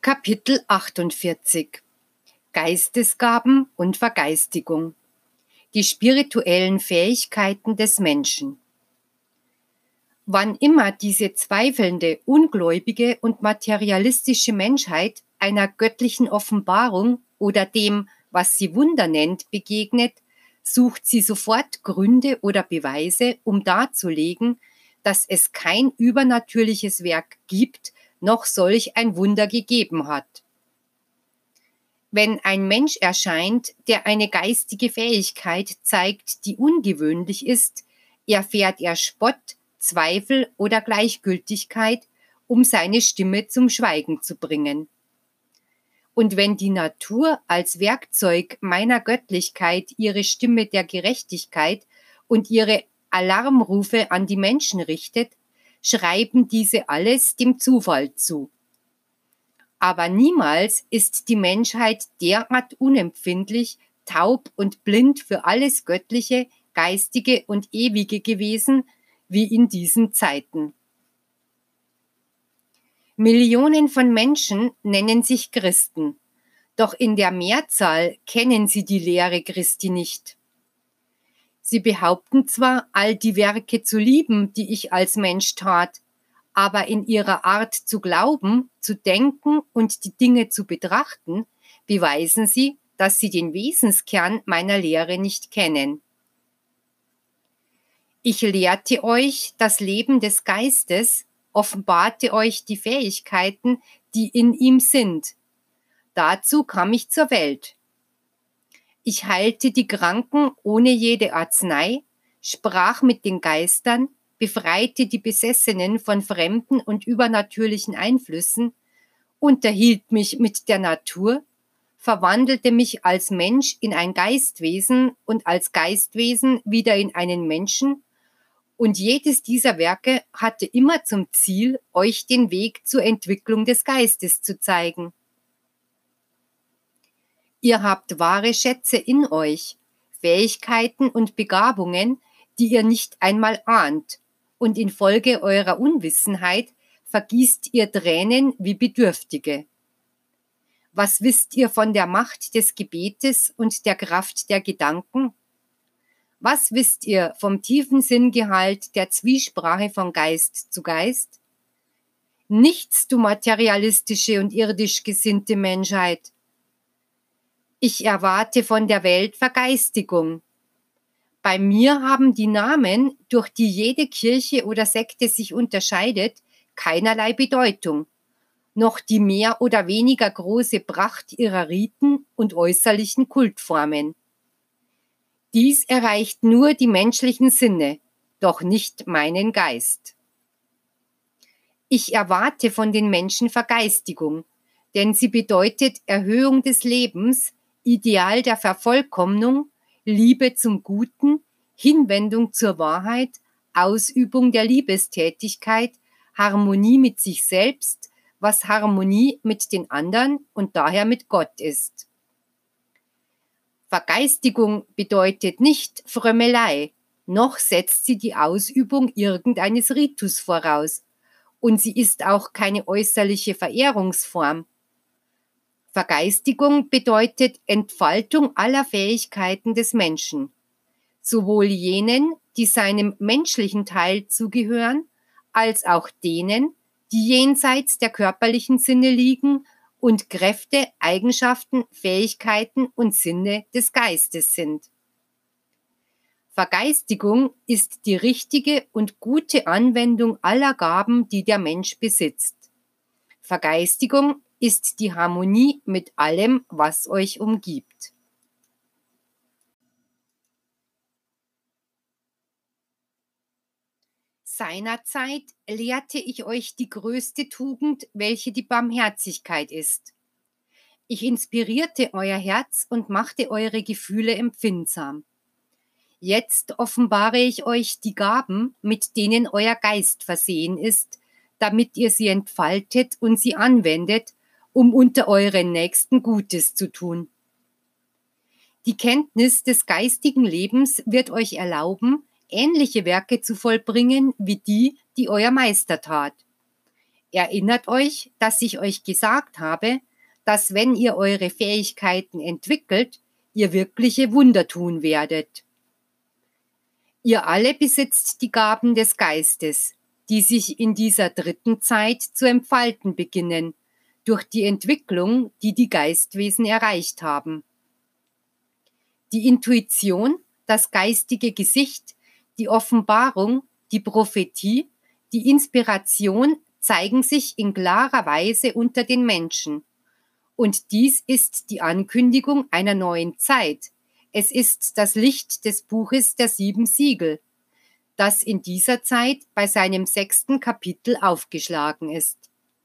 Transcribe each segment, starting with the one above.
Kapitel 48 Geistesgaben und Vergeistigung. Die spirituellen Fähigkeiten des Menschen. Wann immer diese zweifelnde, ungläubige und materialistische Menschheit einer göttlichen Offenbarung oder dem, was sie Wunder nennt, begegnet, sucht sie sofort Gründe oder Beweise, um darzulegen, dass es kein übernatürliches Werk gibt, noch solch ein Wunder gegeben hat. Wenn ein Mensch erscheint, der eine geistige Fähigkeit zeigt, die ungewöhnlich ist, erfährt er Spott, Zweifel oder Gleichgültigkeit, um seine Stimme zum Schweigen zu bringen. Und wenn die Natur als Werkzeug meiner Göttlichkeit ihre Stimme der Gerechtigkeit und ihre Alarmrufe an die Menschen richtet, schreiben diese alles dem Zufall zu. Aber niemals ist die Menschheit derart unempfindlich, taub und blind für alles Göttliche, Geistige und Ewige gewesen, wie in diesen Zeiten. Millionen von Menschen nennen sich Christen, doch in der Mehrzahl kennen sie die Lehre Christi nicht. Sie behaupten zwar, all die Werke zu lieben, die ich als Mensch tat, aber in ihrer Art zu glauben, zu denken und die Dinge zu betrachten, beweisen sie, dass sie den Wesenskern meiner Lehre nicht kennen. Ich lehrte euch das Leben des Geistes, offenbarte euch die Fähigkeiten, die in ihm sind. Dazu kam ich zur Welt. Ich heilte die Kranken ohne jede Arznei, sprach mit den Geistern, befreite die Besessenen von fremden und übernatürlichen Einflüssen, unterhielt mich mit der Natur, verwandelte mich als Mensch in ein Geistwesen und als Geistwesen wieder in einen Menschen, und jedes dieser Werke hatte immer zum Ziel, euch den Weg zur Entwicklung des Geistes zu zeigen. Ihr habt wahre Schätze in euch, Fähigkeiten und Begabungen, die ihr nicht einmal ahnt, und infolge eurer Unwissenheit vergießt ihr Tränen wie Bedürftige. Was wisst ihr von der Macht des Gebetes und der Kraft der Gedanken? Was wisst ihr vom tiefen Sinngehalt der Zwiesprache von Geist zu Geist? Nichts, du materialistische und irdisch gesinnte Menschheit. Ich erwarte von der Welt Vergeistigung. Bei mir haben die Namen, durch die jede Kirche oder Sekte sich unterscheidet, keinerlei Bedeutung, noch die mehr oder weniger große Pracht ihrer Riten und äußerlichen Kultformen. Dies erreicht nur die menschlichen Sinne, doch nicht meinen Geist. Ich erwarte von den Menschen Vergeistigung, denn sie bedeutet Erhöhung des Lebens, Ideal der Vervollkommnung, Liebe zum Guten, Hinwendung zur Wahrheit, Ausübung der Liebestätigkeit, Harmonie mit sich selbst, was Harmonie mit den anderen und daher mit Gott ist. Vergeistigung bedeutet nicht Frömmelei, noch setzt sie die Ausübung irgendeines Ritus voraus, und sie ist auch keine äußerliche Verehrungsform. Vergeistigung bedeutet Entfaltung aller Fähigkeiten des Menschen, sowohl jenen, die seinem menschlichen Teil zugehören, als auch denen, die jenseits der körperlichen Sinne liegen und Kräfte, Eigenschaften, Fähigkeiten und Sinne des Geistes sind. Vergeistigung ist die richtige und gute Anwendung aller Gaben, die der Mensch besitzt. Vergeistigung ist die Harmonie mit allem, was euch umgibt. Seinerzeit lehrte ich euch die größte Tugend, welche die Barmherzigkeit ist. Ich inspirierte euer Herz und machte eure Gefühle empfindsam. Jetzt offenbare ich euch die Gaben, mit denen euer Geist versehen ist, damit ihr sie entfaltet und sie anwendet, um unter euren Nächsten Gutes zu tun. Die Kenntnis des geistigen Lebens wird euch erlauben, ähnliche Werke zu vollbringen wie die, die euer Meister tat. Erinnert euch, dass ich euch gesagt habe, dass wenn ihr eure Fähigkeiten entwickelt, ihr wirkliche Wunder tun werdet. Ihr alle besitzt die Gaben des Geistes, die sich in dieser dritten Zeit zu entfalten beginnen, durch die Entwicklung, die die Geistwesen erreicht haben. Die Intuition, das geistige Gesicht, die Offenbarung, die Prophetie, die Inspiration zeigen sich in klarer Weise unter den Menschen. Und dies ist die Ankündigung einer neuen Zeit. Es ist das Licht des Buches der 7 Siegel, das in dieser Zeit bei seinem 6. Kapitel aufgeschlagen ist.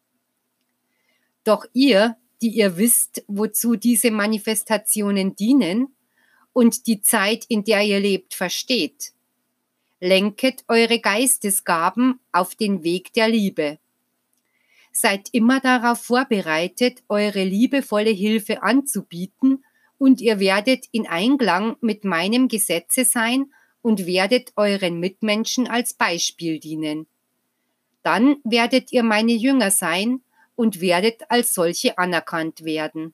Doch ihr, die ihr wisst, wozu diese Manifestationen dienen und die Zeit, in der ihr lebt, versteht, lenket eure Geistesgaben auf den Weg der Liebe. Seid immer darauf vorbereitet, eure liebevolle Hilfe anzubieten, und ihr werdet in Einklang mit meinem Gesetze sein und werdet euren Mitmenschen als Beispiel dienen. Dann werdet ihr meine Jünger sein und werdet als solche anerkannt werden.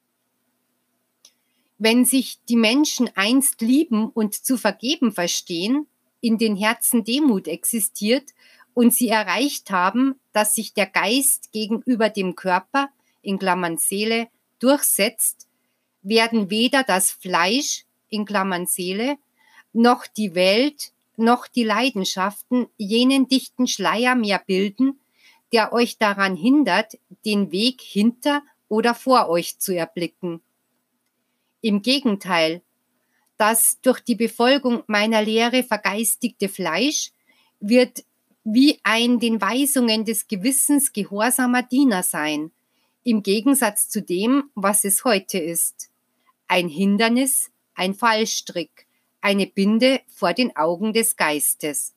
Wenn sich die Menschen einst lieben und zu vergeben verstehen, in den Herzen Demut existiert und sie erreicht haben, dass sich der Geist gegenüber dem Körper, in Klammern Seele, durchsetzt, werden weder das Fleisch, in Klammern Seele, noch die Welt, noch die Leidenschaften jenen dichten Schleier mehr bilden, der euch daran hindert, den Weg hinter oder vor euch zu erblicken. Im Gegenteil, das durch die Befolgung meiner Lehre vergeistigte Fleisch wird wie ein den Weisungen des Gewissens gehorsamer Diener sein, im Gegensatz zu dem, was es heute ist. Ein Hindernis, ein Fallstrick, eine Binde vor den Augen des Geistes.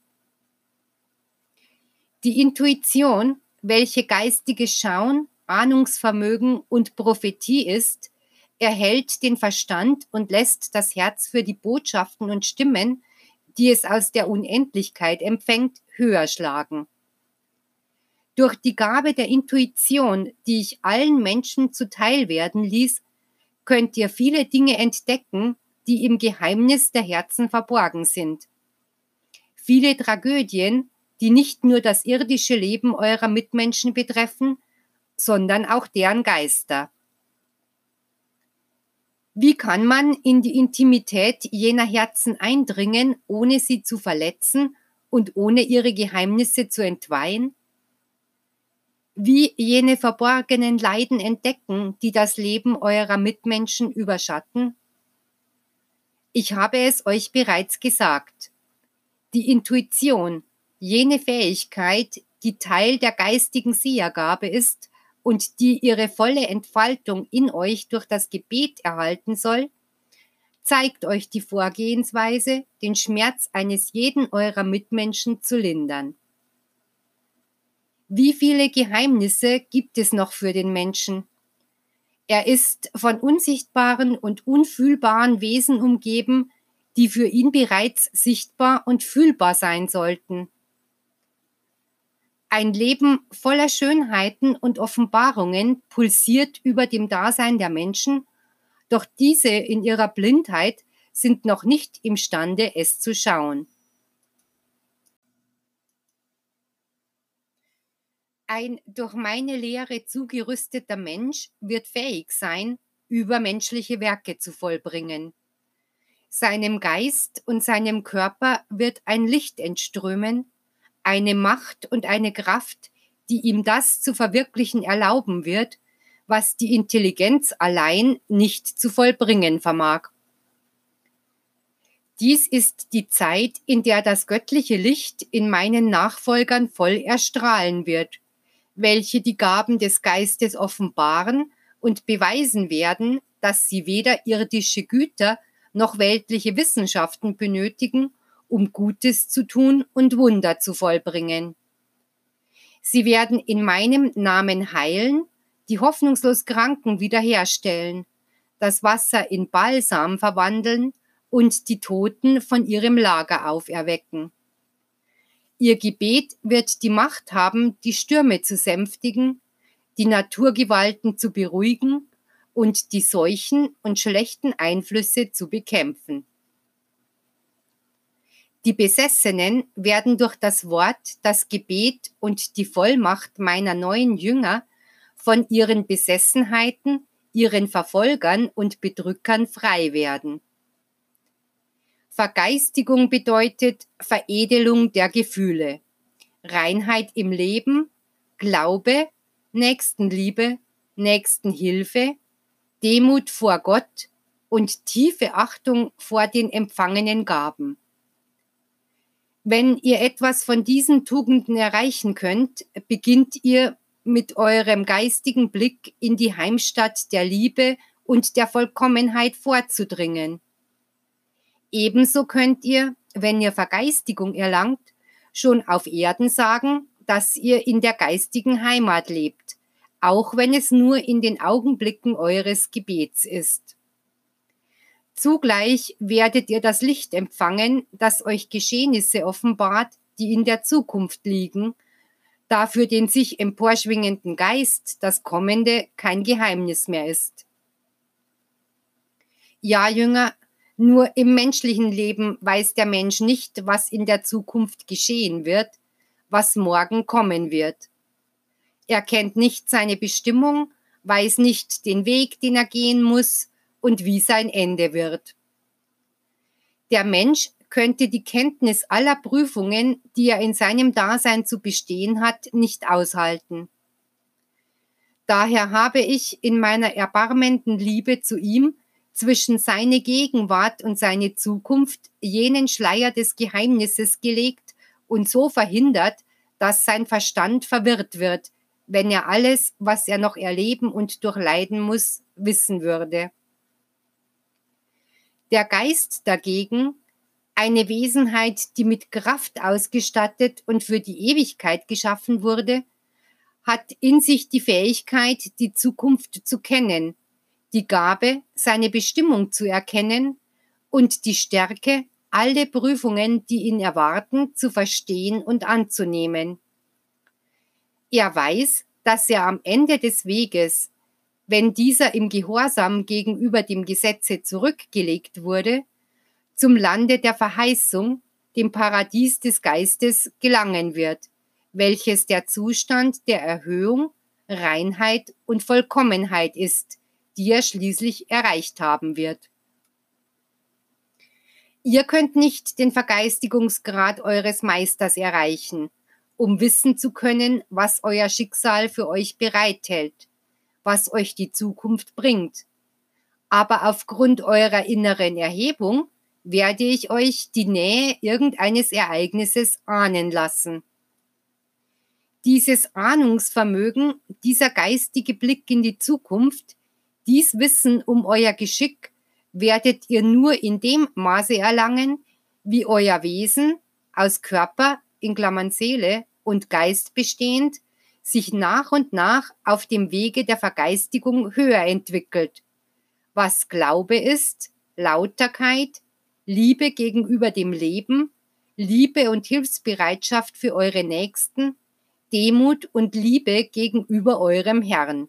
Die Intuition, welche geistiges Schauen, Ahnungsvermögen und Prophetie ist, erhält den Verstand und lässt das Herz für die Botschaften und Stimmen, die es aus der Unendlichkeit empfängt, höher schlagen. Durch die Gabe der Intuition, die ich allen Menschen zuteil werden ließ, könnt ihr viele Dinge entdecken, die im Geheimnis der Herzen verborgen sind. Viele Tragödien, die nicht nur das irdische Leben eurer Mitmenschen betreffen, sondern auch deren Geister. Wie kann man in die Intimität jener Herzen eindringen, ohne sie zu verletzen und ohne ihre Geheimnisse zu entweihen? Wie jene verborgenen Leiden entdecken, die das Leben eurer Mitmenschen überschatten? Ich habe es euch bereits gesagt. Die Intuition, jene Fähigkeit, die Teil der geistigen Sehergabe ist und die ihre volle Entfaltung in euch durch das Gebet erhalten soll, zeigt euch die Vorgehensweise, den Schmerz eines jeden eurer Mitmenschen zu lindern. Wie viele Geheimnisse gibt es noch für den Menschen? Er ist von unsichtbaren und unfühlbaren Wesen umgeben, die für ihn bereits sichtbar und fühlbar sein sollten. Ein Leben voller Schönheiten und Offenbarungen pulsiert über dem Dasein der Menschen, doch diese in ihrer Blindheit sind noch nicht imstande, es zu schauen. Ein durch meine Lehre zugerüsteter Mensch wird fähig sein, übermenschliche Werke zu vollbringen. Seinem Geist und seinem Körper wird ein Licht entströmen, eine Macht und eine Kraft, die ihm das zu verwirklichen erlauben wird, was die Intelligenz allein nicht zu vollbringen vermag. Dies ist die Zeit, in der das göttliche Licht in meinen Nachfolgern voll erstrahlen wird, welche die Gaben des Geistes offenbaren und beweisen werden, dass sie weder irdische Güter noch weltliche Wissenschaften benötigen, um Gutes zu tun und Wunder zu vollbringen. Sie werden in meinem Namen heilen, die hoffnungslos Kranken wiederherstellen, das Wasser in Balsam verwandeln und die Toten von ihrem Lager auferwecken. Ihr Gebet wird die Macht haben, die Stürme zu sänftigen, die Naturgewalten zu beruhigen und die Seuchen und schlechten Einflüsse zu bekämpfen. Die Besessenen werden durch das Wort, das Gebet und die Vollmacht meiner neuen Jünger von ihren Besessenheiten, ihren Verfolgern und Bedrückern frei werden. Vergeistigung bedeutet Veredelung der Gefühle, Reinheit im Leben, Glaube, Nächstenliebe, Nächstenhilfe, Demut vor Gott und tiefe Achtung vor den empfangenen Gaben. Wenn ihr etwas von diesen Tugenden erreichen könnt, beginnt ihr mit eurem geistigen Blick in die Heimstatt der Liebe und der Vollkommenheit vorzudringen. Ebenso könnt ihr, wenn ihr Vergeistigung erlangt, schon auf Erden sagen, dass ihr in der geistigen Heimat lebt, auch wenn es nur in den Augenblicken eures Gebets ist. Zugleich werdet ihr das Licht empfangen, das euch Geschehnisse offenbart, die in der Zukunft liegen, da für den sich emporschwingenden Geist das Kommende kein Geheimnis mehr ist. Ja, Jünger, nur im menschlichen Leben weiß der Mensch nicht, was in der Zukunft geschehen wird, was morgen kommen wird. Er kennt nicht seine Bestimmung, weiß nicht den Weg, den er gehen muss und wie sein Ende wird. Der Mensch könnte die Kenntnis aller Prüfungen, die er in seinem Dasein zu bestehen hat, nicht aushalten. Daher habe ich in meiner erbarmenden Liebe zu ihm zwischen seine Gegenwart und seine Zukunft jenen Schleier des Geheimnisses gelegt und so verhindert, dass sein Verstand verwirrt wird, wenn er alles, was er noch erleben und durchleiden muss, wissen würde. Der Geist dagegen, eine Wesenheit, die mit Kraft ausgestattet und für die Ewigkeit geschaffen wurde, hat in sich die Fähigkeit, die Zukunft zu kennen, die Gabe, seine Bestimmung zu erkennen und die Stärke, alle Prüfungen, die ihn erwarten, zu verstehen und anzunehmen. Er weiß, dass er am Ende des Weges, wenn dieser im Gehorsam gegenüber dem Gesetze zurückgelegt wurde, zum Lande der Verheißung, dem Paradies des Geistes, gelangen wird, welches der Zustand der Erhöhung, Reinheit und Vollkommenheit ist, die er schließlich erreicht haben wird. Ihr könnt nicht den Vergeistigungsgrad eures Meisters erreichen, um wissen zu können, was euer Schicksal für euch bereithält, was euch die Zukunft bringt. Aber aufgrund eurer inneren Erhebung werde ich euch die Nähe irgendeines Ereignisses ahnen lassen. Dieses Ahnungsvermögen, dieser geistige Blick in die Zukunft, dies Wissen um euer Geschick werdet ihr nur in dem Maße erlangen, wie euer Wesen aus Körper in Klammern Seele und Geist bestehend sich nach und nach auf dem Wege der Vergeistigung höher entwickelt, was Glaube ist, Lauterkeit, Liebe gegenüber dem Leben, Liebe und Hilfsbereitschaft für eure Nächsten, Demut und Liebe gegenüber eurem Herrn.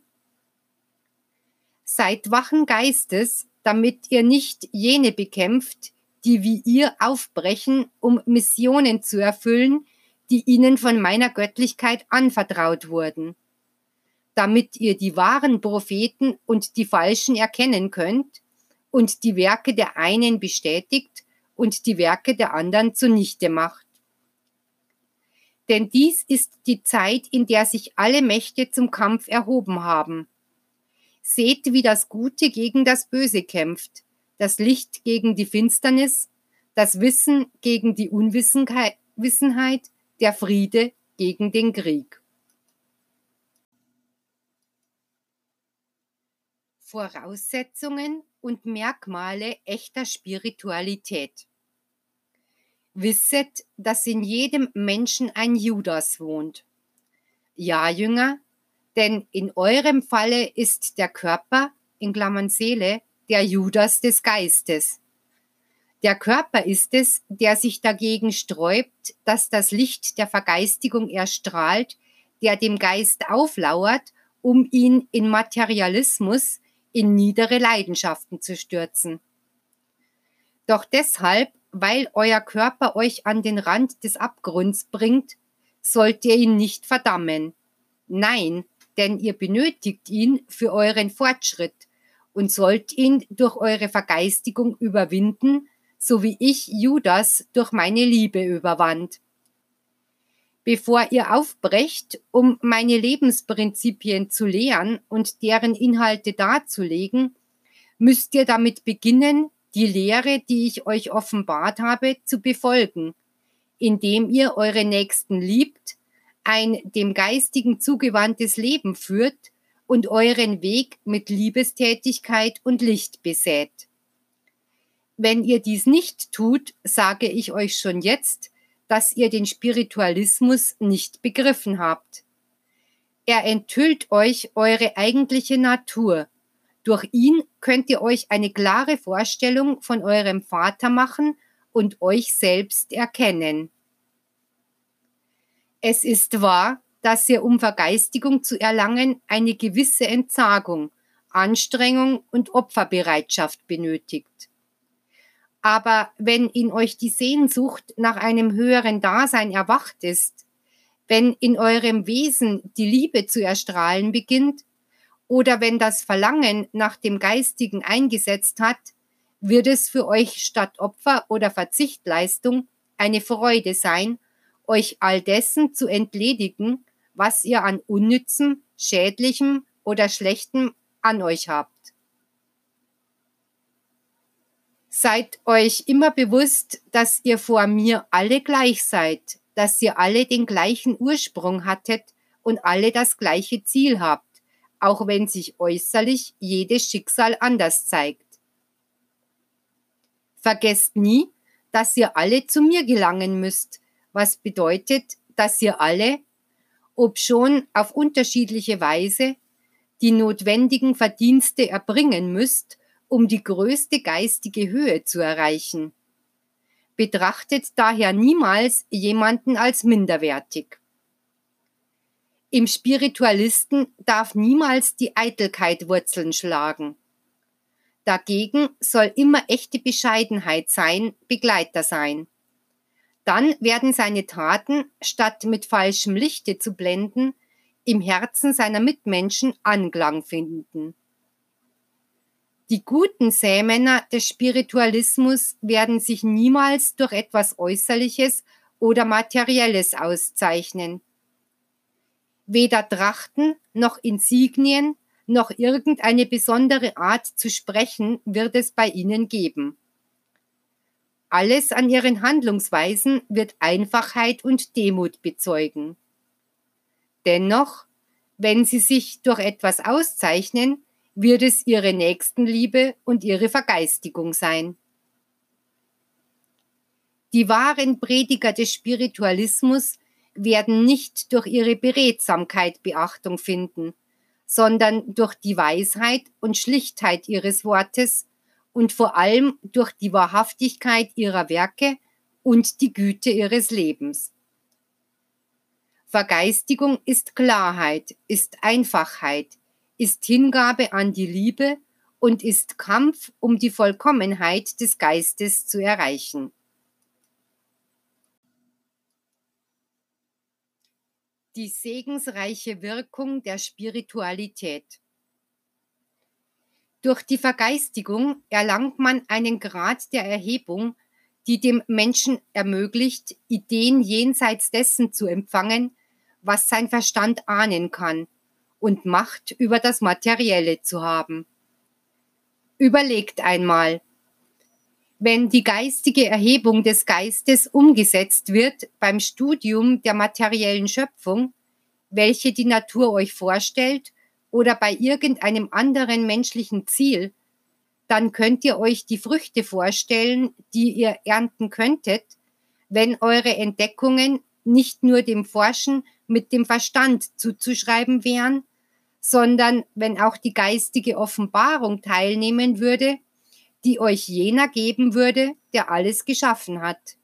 Seid wachen Geistes, damit ihr nicht jene bekämpft, die wie ihr aufbrechen, um Missionen zu erfüllen, die ihnen von meiner Göttlichkeit anvertraut wurden, damit ihr die wahren Propheten und die falschen erkennen könnt und die Werke der einen bestätigt und die Werke der anderen zunichte macht. Denn dies ist die Zeit, in der sich alle Mächte zum Kampf erhoben haben. Seht, wie das Gute gegen das Böse kämpft, das Licht gegen die Finsternis, das Wissen gegen die Unwissenheit, der Friede gegen den Krieg. Voraussetzungen und Merkmale echter Spiritualität. Wisset, dass in jedem Menschen ein Judas wohnt. Ja, Jünger, denn in eurem Falle ist der Körper, in Klammern Seele, der Judas des Geistes. Der Körper ist es, der sich dagegen sträubt, dass das Licht der Vergeistigung erstrahlt, der dem Geist auflauert, um ihn in Materialismus, in niedere Leidenschaften zu stürzen. Doch deshalb, weil euer Körper euch an den Rand des Abgrunds bringt, sollt ihr ihn nicht verdammen. Nein, denn ihr benötigt ihn für euren Fortschritt und sollt ihn durch eure Vergeistigung überwinden, so wie ich Judas durch meine Liebe überwand. Bevor ihr aufbrecht, um meine Lebensprinzipien zu lehren und deren Inhalte darzulegen, müsst ihr damit beginnen, die Lehre, die ich euch offenbart habe, zu befolgen, indem ihr eure Nächsten liebt, ein dem Geistigen zugewandtes Leben führt und euren Weg mit Liebestätigkeit und Licht besät. Wenn ihr dies nicht tut, sage ich euch schon jetzt, dass ihr den Spiritualismus nicht begriffen habt. Er enthüllt euch eure eigentliche Natur. Durch ihn könnt ihr euch eine klare Vorstellung von eurem Vater machen und euch selbst erkennen. Es ist wahr, dass ihr, um Vergeistigung zu erlangen, eine gewisse Entsagung, Anstrengung und Opferbereitschaft benötigt. Aber wenn in euch die Sehnsucht nach einem höheren Dasein erwacht ist, wenn in eurem Wesen die Liebe zu erstrahlen beginnt, oder wenn das Verlangen nach dem Geistigen eingesetzt hat, wird es für euch statt Opfer oder Verzichtleistung eine Freude sein, euch all dessen zu entledigen, was ihr an Unnützem, Schädlichem oder Schlechtem an euch habt. Seid euch immer bewusst, dass ihr vor mir alle gleich seid, dass ihr alle den gleichen Ursprung hattet und alle das gleiche Ziel habt, auch wenn sich äußerlich jedes Schicksal anders zeigt. Vergesst nie, dass ihr alle zu mir gelangen müsst, was bedeutet, dass ihr alle, obschon auf unterschiedliche Weise, die notwendigen Verdienste erbringen müsst, um die größte geistige Höhe zu erreichen. Betrachtet daher niemals jemanden als minderwertig. Im Spiritualisten darf niemals die Eitelkeit Wurzeln schlagen. Dagegen soll immer echte Bescheidenheit Begleiter sein. Dann werden seine Taten, statt mit falschem Lichte zu blenden, im Herzen seiner Mitmenschen Anklang finden. Die guten Sämänner des Spiritualismus werden sich niemals durch etwas Äußerliches oder Materielles auszeichnen. Weder Trachten noch Insignien noch irgendeine besondere Art zu sprechen wird es bei ihnen geben. Alles an ihren Handlungsweisen wird Einfachheit und Demut bezeugen. Dennoch, wenn sie sich durch etwas auszeichnen, wird es ihre Nächstenliebe und ihre Vergeistigung sein. Die wahren Prediger des Spiritualismus werden nicht durch ihre Beredsamkeit Beachtung finden, sondern durch die Weisheit und Schlichtheit ihres Wortes und vor allem durch die Wahrhaftigkeit ihrer Werke und die Güte ihres Lebens. Vergeistigung ist Klarheit, ist Einfachheit, ist Hingabe an die Liebe und ist Kampf, um die Vollkommenheit des Geistes zu erreichen. Die segensreiche Wirkung der Spiritualität. Durch die Vergeistigung erlangt man einen Grad der Erhebung, die dem Menschen ermöglicht, Ideen jenseits dessen zu empfangen, was sein Verstand ahnen kann, und Macht über das Materielle zu haben. Überlegt einmal, wenn die geistige Erhebung des Geistes umgesetzt wird beim Studium der materiellen Schöpfung, welche die Natur euch vorstellt, oder bei irgendeinem anderen menschlichen Ziel, dann könnt ihr euch die Früchte vorstellen, die ihr ernten könntet, wenn eure Entdeckungen nicht nur dem Forschen mit dem Verstand zuzuschreiben wären, sondern wenn auch die geistige Offenbarung teilnehmen würde, die euch jener geben würde, der alles geschaffen hat.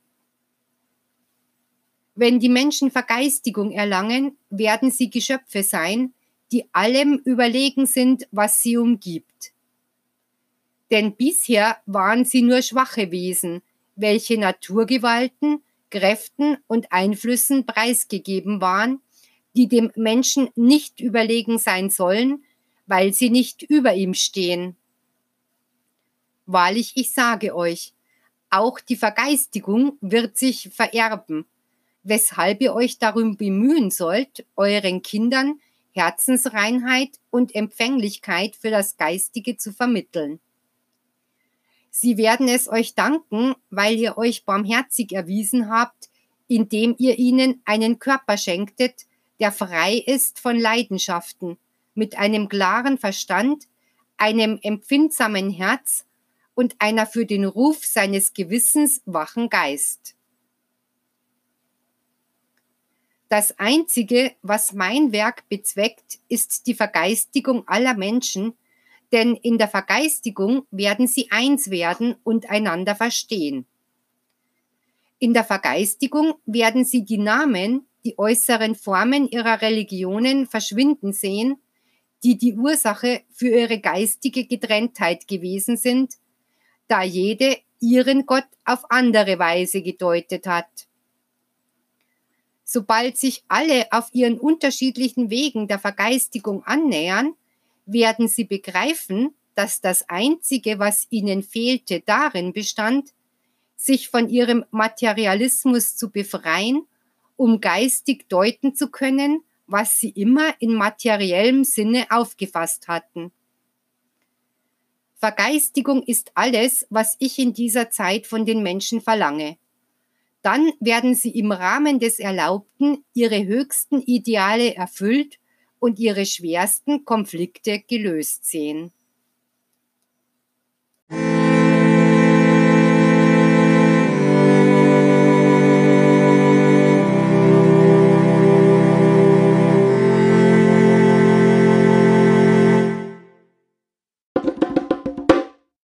Wenn die Menschen Vergeistigung erlangen, werden sie Geschöpfe sein, die allem überlegen sind, was sie umgibt. Denn bisher waren sie nur schwache Wesen, welche Naturgewalten, Kräften und Einflüssen preisgegeben waren, die dem Menschen nicht überlegen sein sollen, weil sie nicht über ihm stehen. Wahrlich, ich sage euch, auch die Vergeistigung wird sich vererben, weshalb ihr euch darum bemühen sollt, euren Kindern Herzensreinheit und Empfänglichkeit für das Geistige zu vermitteln. Sie werden es euch danken, weil ihr euch barmherzig erwiesen habt, indem ihr ihnen einen Körper schenktet, der frei ist von Leidenschaften, mit einem klaren Verstand, einem empfindsamen Herz und einer für den Ruf seines Gewissens wachen Geist. Das Einzige, was mein Werk bezweckt, ist die Vergeistigung aller Menschen, denn in der Vergeistigung werden sie eins werden und einander verstehen. In der Vergeistigung werden sie die Namen, die äußeren Formen ihrer Religionen verschwinden sehen, die die Ursache für ihre geistige Getrenntheit gewesen sind, da jede ihren Gott auf andere Weise gedeutet hat. Sobald sich alle auf ihren unterschiedlichen Wegen der Vergeistigung annähern, werden sie begreifen, dass das Einzige, was ihnen fehlte, darin bestand, sich von ihrem Materialismus zu befreien, um geistig deuten zu können, was sie immer in materiellem Sinne aufgefasst hatten. Vergeistigung ist alles, was ich in dieser Zeit von den Menschen verlange. Dann werden sie im Rahmen des Erlaubten ihre höchsten Ideale erfüllt und ihre schwersten Konflikte gelöst sehen.